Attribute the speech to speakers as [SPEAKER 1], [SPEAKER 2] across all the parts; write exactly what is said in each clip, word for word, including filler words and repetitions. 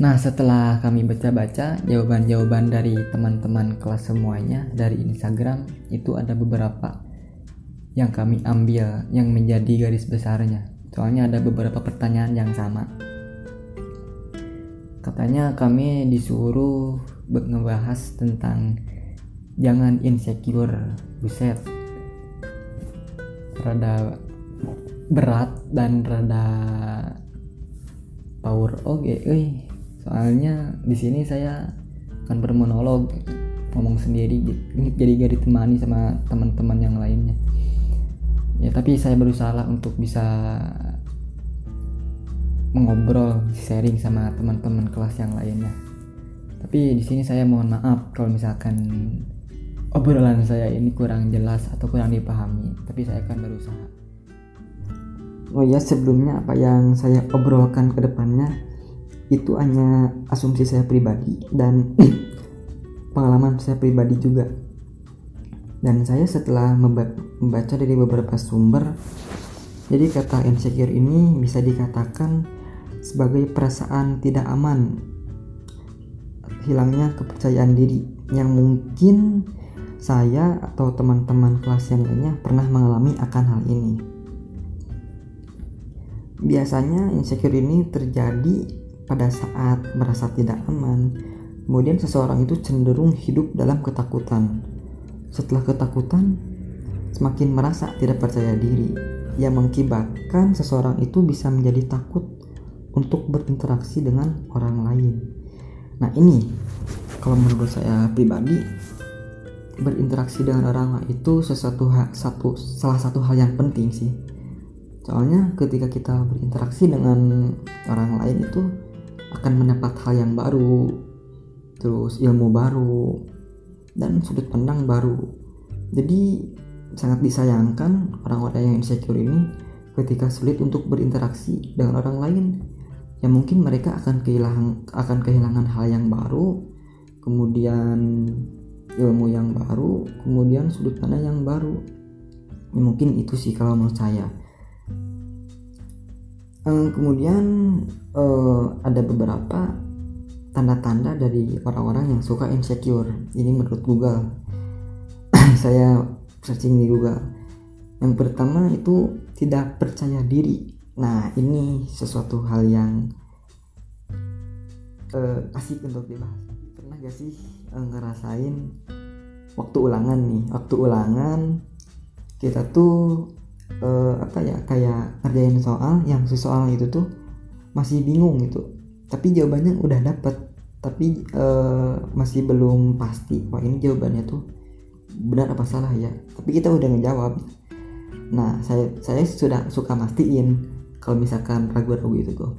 [SPEAKER 1] Nah, setelah kami baca-baca jawaban-jawaban dari teman-teman kelas semuanya dari Instagram, itu ada beberapa yang kami ambil yang menjadi garis besarnya. Soalnya ada beberapa pertanyaan yang sama. Katanya kami disuruh ngebahas tentang jangan insecure. Buset, rada berat dan rada power oke, euy. Soalnya di sini saya akan bermonolog, ngomong sendiri, jadi gak ditemani sama teman-teman yang lainnya. Ya, tapi saya berusaha untuk bisa mengobrol, sharing sama teman-teman kelas yang lainnya. Tapi di sini saya mohon maaf kalau misalkan obrolan saya ini kurang jelas atau kurang dipahami, tapi saya akan berusaha. Oh ya, sebelumnya apa yang saya obrolkan ke depannya itu hanya asumsi saya pribadi dan pengalaman saya pribadi juga. Dan saya setelah membaca dari beberapa sumber, jadi kata insecure ini bisa dikatakan sebagai perasaan tidak aman, hilangnya kepercayaan diri yang mungkin saya atau teman-teman kelas yang lainnya pernah mengalami akan hal ini. Biasanya insecure ini terjadi pada saat merasa tidak aman, kemudian seseorang itu cenderung hidup dalam ketakutan. Setelah ketakutan, semakin merasa tidak percaya diri, yang mengakibatkan seseorang itu bisa menjadi takut untuk berinteraksi dengan orang lain. Nah, ini kalau menurut saya pribadi, berinteraksi dengan orang lain itu sesuatu satu salah satu hal yang penting sih. Soalnya ketika kita berinteraksi dengan orang lain itu akan mendapat hal yang baru, terus ilmu baru, dan sudut pandang baru. Jadi sangat disayangkan orang-orang yang insecure ini ketika sulit untuk berinteraksi dengan orang lain, yang mungkin mereka akan kehilangan akan kehilangan hal yang baru, kemudian ilmu yang baru, kemudian sudut pandang yang baru. Ya, mungkin itu sih kalau menurut saya. ehm, kemudian uh, ada beberapa tanda-tanda dari orang-orang yang suka insecure. Ini menurut Google. Saya searching di Google. Yang pertama itu tidak percaya diri. Nah, ini sesuatu hal yang uh, asik untuk dibahas. Pernah gak sih uh, ngerasain waktu ulangan nih? Waktu ulangan kita tuh uh, apa ya kayak ngerjain soal yang si soal itu tuh masih bingung gitu, tapi jawabannya udah dapet, tapi uh, masih belum pasti wah ini jawabannya tuh benar apa salah ya, tapi kita udah ngejawab. Nah, saya saya sudah suka mastiin kalau misalkan ragu-ragu itu tuh,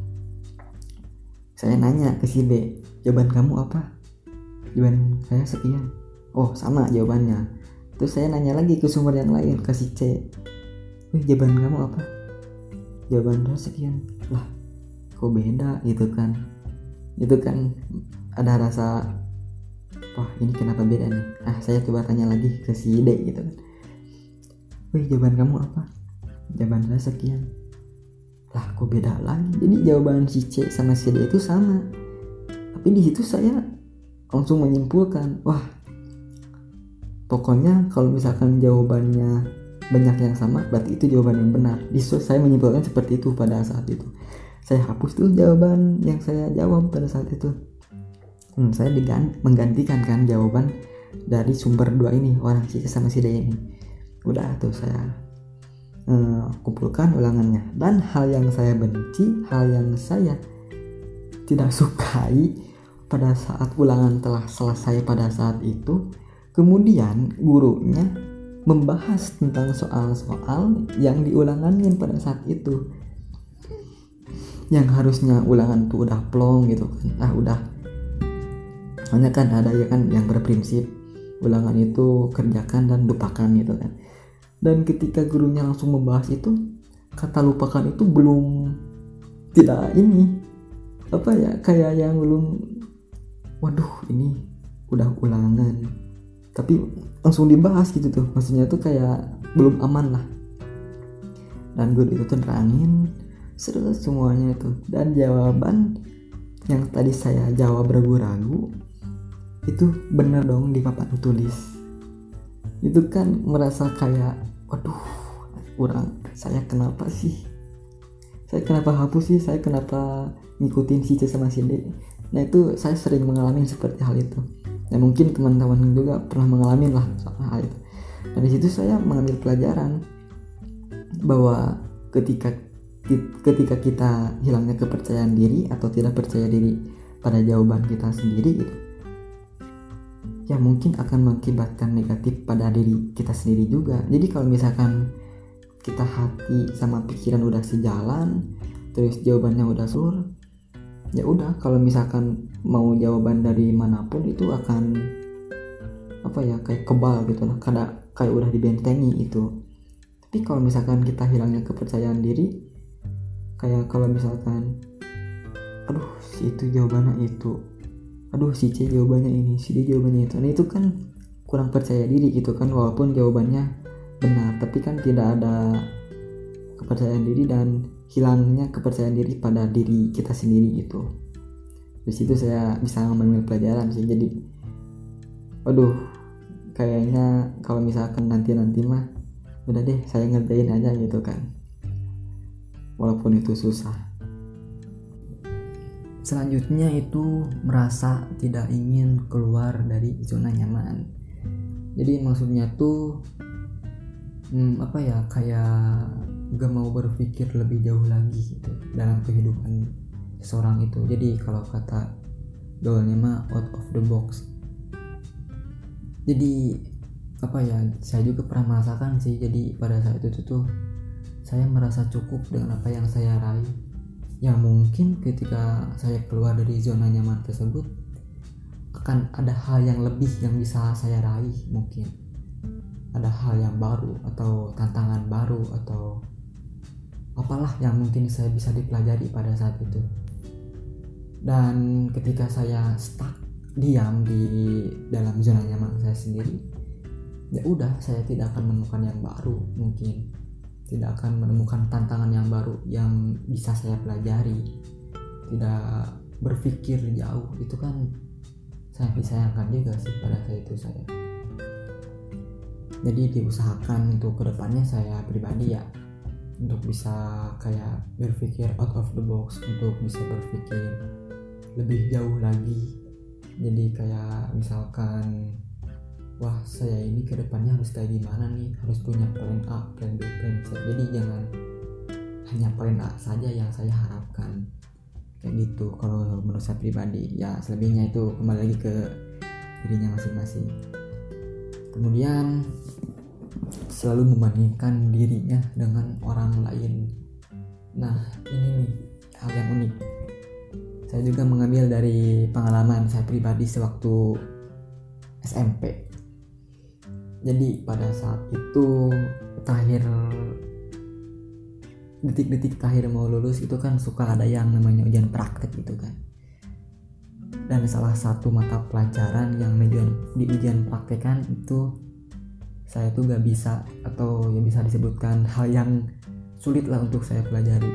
[SPEAKER 1] saya nanya ke si B, jawaban kamu apa? Jawaban saya sekian. Oh, sama jawabannya. Terus saya nanya lagi ke sumber yang lain, ke si C, wih, jawaban kamu apa? Jawaban saya sekian. Lah, kok beda gitu kan? Itu kan ada rasa, wah ini kenapa beda nih? Ah, saya coba tanya lagi ke si D gitu kan. Wih, jawaban kamu apa? Jawaban saya sekian. Lah, kok beda lagi? Jadi jawaban si C sama si D itu sama. Tapi di situ saya langsung menyimpulkan, wah, pokoknya kalau misalkan jawabannya banyak yang sama, berarti itu jawaban yang benar. Di situ saya menyimpulkan seperti itu pada saat itu. Saya hapus tuh jawaban yang saya jawab pada saat itu. Hmm, saya diganti, menggantikan kan jawaban dari sumber dua ini, orang si C sama si D ini. Udah tuh saya uh, kumpulkan ulangannya. Dan hal yang saya benci, hal yang saya tidak sukai pada saat ulangan telah selesai pada saat itu, kemudian gurunya membahas tentang soal-soal yang diulanganin pada saat itu, yang harusnya ulangan tuh udah plong gitu kan, ah udah, hanya kan ada ya kan yang berprinsip ulangan itu kerjakan dan lupakan gitu kan. Dan ketika gurunya langsung membahas itu, kata lupakan itu belum tidak ini apa ya kayak yang belum, waduh ini udah ulangan tapi langsung dibahas gitu tuh, maksudnya tuh kayak belum aman lah. Dan guru itu tuh nerangin seru semuanya itu, dan jawaban yang tadi saya jawab ragu-ragu itu bener dong di papan tulis. Itu kan merasa kayak waduh, kurang saya kenapa sih saya kenapa hapus sih saya kenapa ngikutin si C sama si D. Nah itu saya sering mengalami seperti hal itu. Dan mungkin teman-teman juga pernah mengalami lah sama hal itu. Dan di situ saya mengambil pelajaran bahwa ketika ketika kita hilangnya kepercayaan diri atau tidak percaya diri pada jawaban kita sendiri gitu, ya mungkin akan mengakibatkan negatif pada diri kita sendiri juga. Jadi kalau misalkan kita hati sama pikiran udah sejalan, terus jawabannya udah sur, ya udah kalau misalkan mau jawaban dari manapun itu akan apa ya kayak kebal gitu lah, kayak kayak udah dibentengi itu. Tapi kalau misalkan kita hilangnya kepercayaan diri, kayak kalau misalkan aduh si itu jawabannya itu, aduh si C jawabannya ini, si D jawabannya itu, nah itu kan kurang percaya diri gitu kan, walaupun jawabannya benar tapi kan tidak ada kepercayaan diri dan hilangnya kepercayaan diri pada diri kita sendiri itu. Di situ saya bisa mengambil pelajaran sih. Jadi aduh kayaknya kalau misalkan nanti-nanti mah udah deh saya ngerjain aja gitu kan, walaupun itu susah. Selanjutnya itu merasa tidak ingin keluar dari zona nyaman. Jadi maksudnya tuh hmm, apa ya kayak gak mau berpikir lebih jauh lagi gitu dalam kehidupan seseorang itu. Jadi kalau kata gaulnya mah out of the box. Jadi apa ya, saya juga pernah merasakan sih. Jadi pada saat itu tuh saya merasa cukup dengan apa yang saya raih. Ya mungkin ketika saya keluar dari zona nyaman tersebut akan ada hal yang lebih yang bisa saya raih. Mungkin ada hal yang baru atau tantangan baru atau apalah yang mungkin saya bisa dipelajari pada saat itu. Dan ketika saya stuck diam di dalam zona nyaman saya sendiri, ya udah saya tidak akan menemukan yang baru, mungkin tidak akan menemukan tantangan yang baru yang bisa saya pelajari, tidak berpikir jauh. Itu kan sangat disayangkan juga sih pada saat itu saya. Jadi diusahakan untuk kedepannya saya pribadi ya untuk bisa kayak berpikir out of the box, untuk bisa berpikir lebih jauh lagi. Jadi kayak misalkan wah saya ini kedepannya harus kayak gimana nih, harus punya plan A, plan B, plan C. Jadi jangan hanya plan A saja yang saya harapkan kayak gitu kalau menurut saya pribadi. Ya selebihnya itu kembali lagi ke dirinya masing-masing. Kemudian selalu membandingkan dirinya dengan orang lain. Nah ini nih hal yang unik. Saya juga mengambil dari pengalaman saya pribadi sewaktu S M P. Jadi pada saat itu terakhir detik-detik terakhir mau lulus itu kan suka ada yang namanya ujian praktek gitu kan. Dan salah satu mata pelajaran yang di ujian praktek kan itu saya tuh gak bisa, atau yang bisa disebutkan hal yang sulit lah untuk saya pelajari.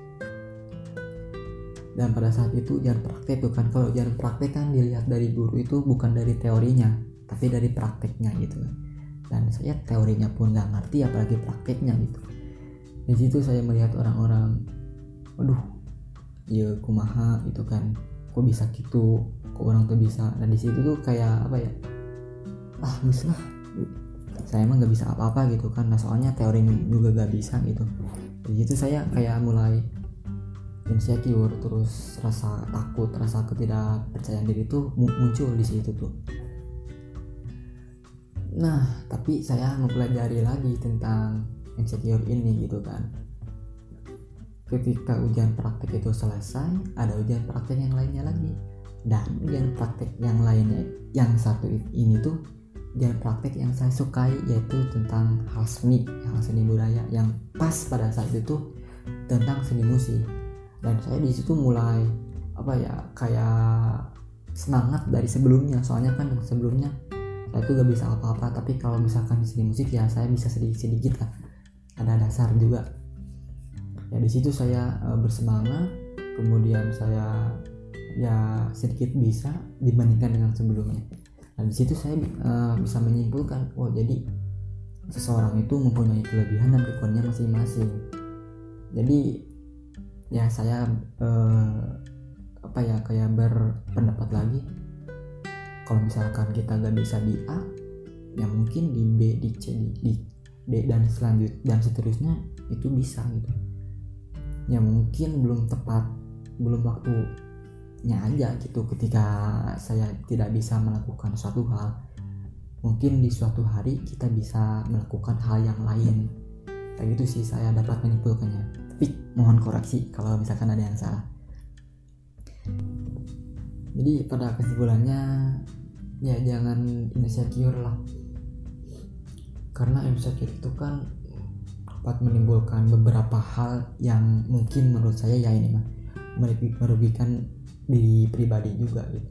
[SPEAKER 1] Dan pada saat itu ujian praktek tuh kan, kalau ujian praktek kan dilihat dari guru itu bukan dari teorinya tapi dari prakteknya gitu kan. Dan saya teorinya pun gak ngerti apalagi prakteknya gitu. Di situ saya melihat orang-orang, aduh ya kumaha itu kan, kok bisa gitu, kok orang tuh bisa. Dan di situ tuh kayak apa ya, ah mislah saya emang gak bisa apa-apa gitu kan. Nah soalnya teorinya juga gak bisa gitu. Di situ saya kayak mulai insecure, terus rasa takut, rasa ketidakpercayaan diri tuh muncul di situ tuh. Nah tapi saya mempelajari lagi tentang insecure ini gitu kan. Ketika ujian praktek itu selesai, ada ujian praktek yang lainnya lagi. Dan ujian praktek yang lainnya yang satu ini tuh ujian praktek yang saya sukai, yaitu tentang hal seni, hal seni budaya yang pas pada saat itu tentang seni musik. Dan saya di situ mulai apa ya kayak semangat dari sebelumnya. Soalnya kan sebelumnya saya tuh gak bisa apa-apa, tapi kalau misalkan di seni musik ya saya bisa sedikit-sedikit lah, ada dasar juga. Ya di situ saya e, bersemangat, kemudian saya ya sedikit bisa dibandingkan dengan sebelumnya. Nah di situ saya uh, bisa menyimpulkan, oh jadi seseorang itu mempunyai kelebihan dan kekurangannya masing-masing. Jadi ya saya uh, apa ya kayak berpendapat lagi, kalau misalkan kita gak bisa di A, ya mungkin di B, di C, di, di D dan selanjutnya dan seterusnya itu bisa gitu. Ya mungkin belum tepat, belum waktunya aja gitu ketika saya tidak bisa melakukan suatu hal. Mungkin di suatu hari kita bisa melakukan hal yang lain. Kayak gitu sih saya dapat menyimpulkannya. Tapi mohon koreksi kalau misalkan ada yang salah. Jadi pada kesimpulannya ya jangan insecure lah, karena insecure itu kan dapat menimbulkan beberapa hal yang mungkin menurut saya ya ini mah merugikan diri pribadi juga gitu.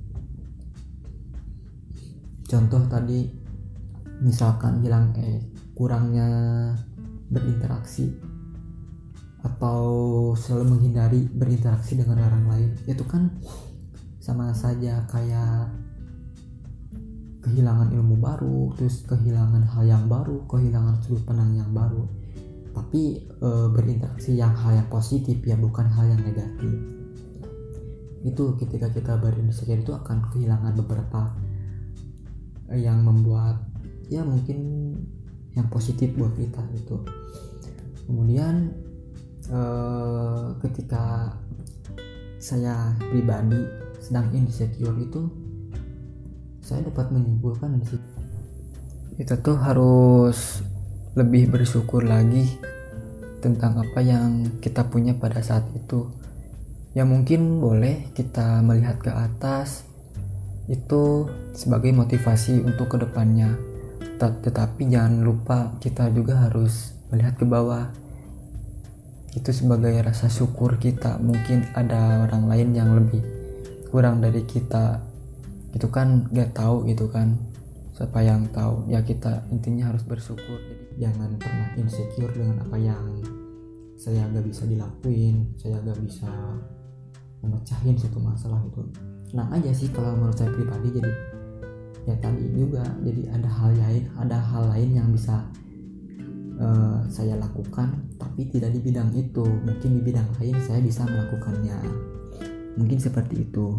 [SPEAKER 1] Contoh tadi misalkan bilang eh kurangnya berinteraksi atau selalu menghindari berinteraksi dengan orang lain, itu kan sama saja kayak kehilangan ilmu baru, terus kehilangan hal yang baru, kehilangan sudut pandang yang baru. Tapi e, berinteraksi yang hal yang positif ya, bukan hal yang negatif. Itu ketika kita berinteraksi itu akan kehilangan beberapa yang membuat ya mungkin yang positif buat kita gitu. Kemudian e, ketika saya pribadi sedang insecure itu, saya dapat menyimpulkan di situ kita tuh harus lebih bersyukur lagi tentang apa yang kita punya pada saat itu. Ya mungkin boleh kita melihat ke atas itu sebagai motivasi untuk kedepannya, tetapi jangan lupa kita juga harus melihat ke bawah, itu sebagai rasa syukur kita. Mungkin ada orang lain yang lebih kurang dari kita, itu kan gak tahu gitu kan, siapa yang tahu. Ya kita intinya harus bersyukur. Jadi jangan pernah insecure dengan apa yang saya gak bisa dilakuin, saya gak bisa memecahin suatu masalah itu. Senang aja sih kalau menurut saya pribadi. Jadi ya tadi juga, jadi ada hal lain ada hal lain yang bisa uh, saya lakukan tapi tidak di bidang itu, mungkin di bidang lain saya bisa melakukannya, mungkin seperti itu.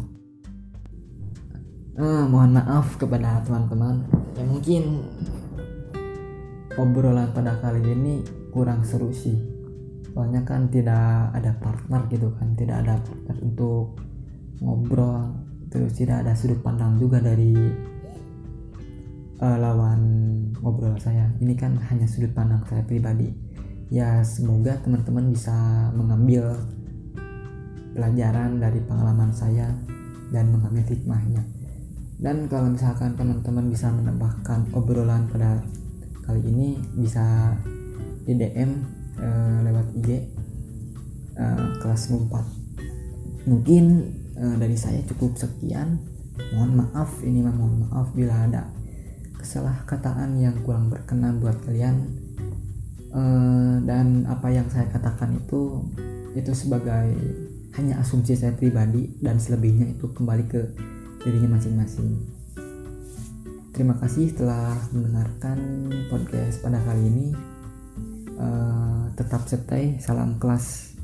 [SPEAKER 1] Uh, mohon maaf kepada teman-teman ya, mungkin obrolan pada kali ini kurang seru sih, soalnya kan tidak ada partner gitu kan, tidak ada partner untuk ngobrol, terus tidak ada sudut pandang juga dari uh, lawan ngobrol saya. Ini kan hanya sudut pandang saya pribadi. Ya semoga teman-teman bisa mengambil pelajaran dari pengalaman saya dan mengambil hikmahnya. Dan kalau misalkan teman-teman bisa menambahkan obrolan pada kali ini, bisa di D M e, lewat I G e, kelas empat. Mungkin e, dari saya cukup sekian. Mohon maaf, ini mah mohon maaf bila ada kesalahkataan yang kurang berkenan buat kalian. E, dan apa yang saya katakan itu itu sebagai hanya asumsi saya pribadi, dan selebihnya itu kembali ke dirinya masing-masing. Terima kasih telah mendengarkan podcast pada kali ini. Uh, tetap stay, salam kelas.